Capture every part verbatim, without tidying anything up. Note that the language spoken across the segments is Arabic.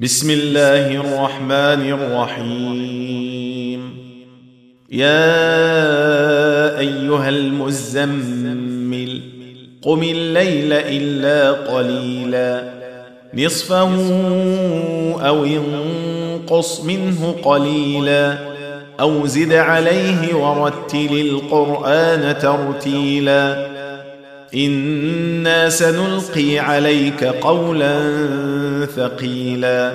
بسم الله الرحمن الرحيم. يا أيها المزمل قم الليل إلا قليلا نصفه أو انقص منه قليلا أو زد عليه ورتل القرآن ترتيلا إنا سنلقي عليك قولا ثقيلا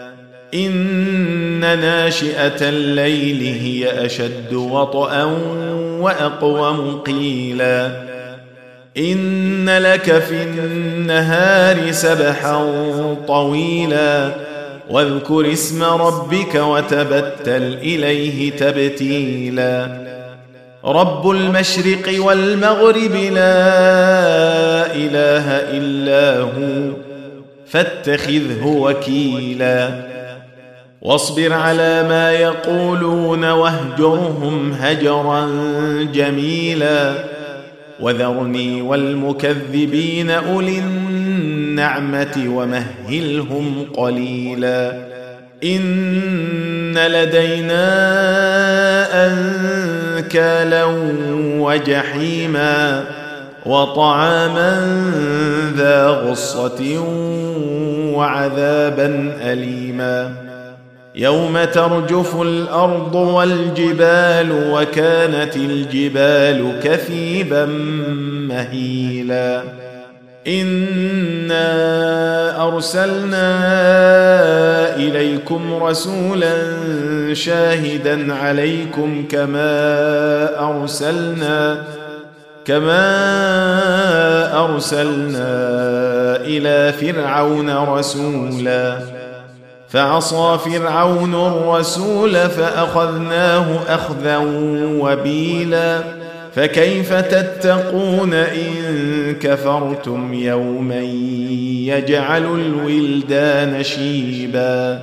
إن ناشئة الليل هي أشد وطئا وأقوم قيلا إن لك في النهار سبحا طويلا واذكر اسم ربك وتبتل إليه تبتيلا رب المشرق والمغرب لا إله إلا هو فاتخذه وكيلا واصبر على ما يقولون واهجرهم هجرا جميلا وذرني والمكذبين أولي النعمة ومهلهم قليلا إن لدينا أنكالا وجحيما وطعاما ذا غصة وعذابا أليما يوم ترجف الأرض والجبال وكانت الجبال كثيبا مهيلا إنا أرسلنا إليكم رسولا شاهدا عليكم كما أرسلنا كما أرسلنا إلى فرعون رسولا فعصى فرعون الرسول فأخذناه أخذا وبيلا فكيف تتقون إن كفرتم يوما يجعل الولدان شيبا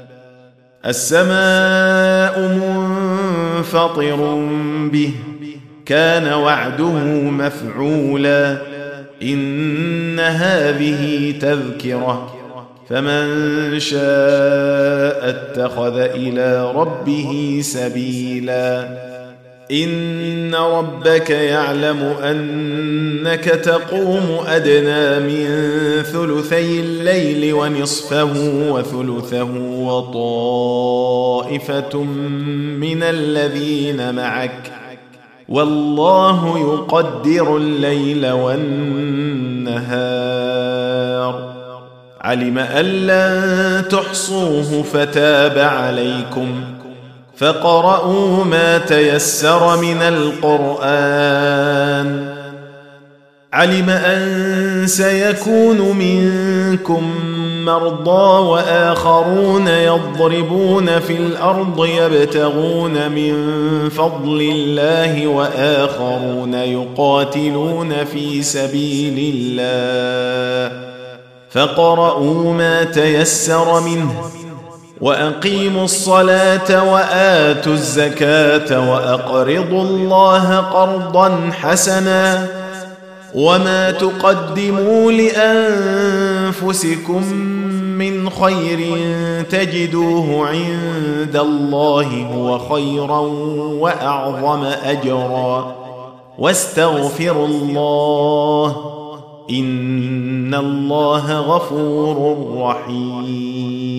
السماء منفطر به كان وعده مفعولا إن هذه تذكرة فمن شاء اتخذ إلى ربه سبيلا إن ربك يعلم أنك تقوم أدنى من ثلثي الليل ونصفه وثلثه وطائفة من الذين معك والله يقدر الليل والنهار علم أن لن تحصوه فتاب عليكم فقرؤوا ما تيسر من القرآن علم أن سيكون منكم مرضى وآخرون يضربون في الأرض يبتغون من فضل الله وآخرون يقاتلون في سبيل الله فقرؤوا ما تيسر منه وأقيموا الصلاة وآتوا الزكاة وأقرضوا الله قرضا حسنا وما تقدموا لأنفسكم من خير تجدوه عند الله هو خيرا وأعظم أجرا واستغفروا الله إن الله غفور رحيم.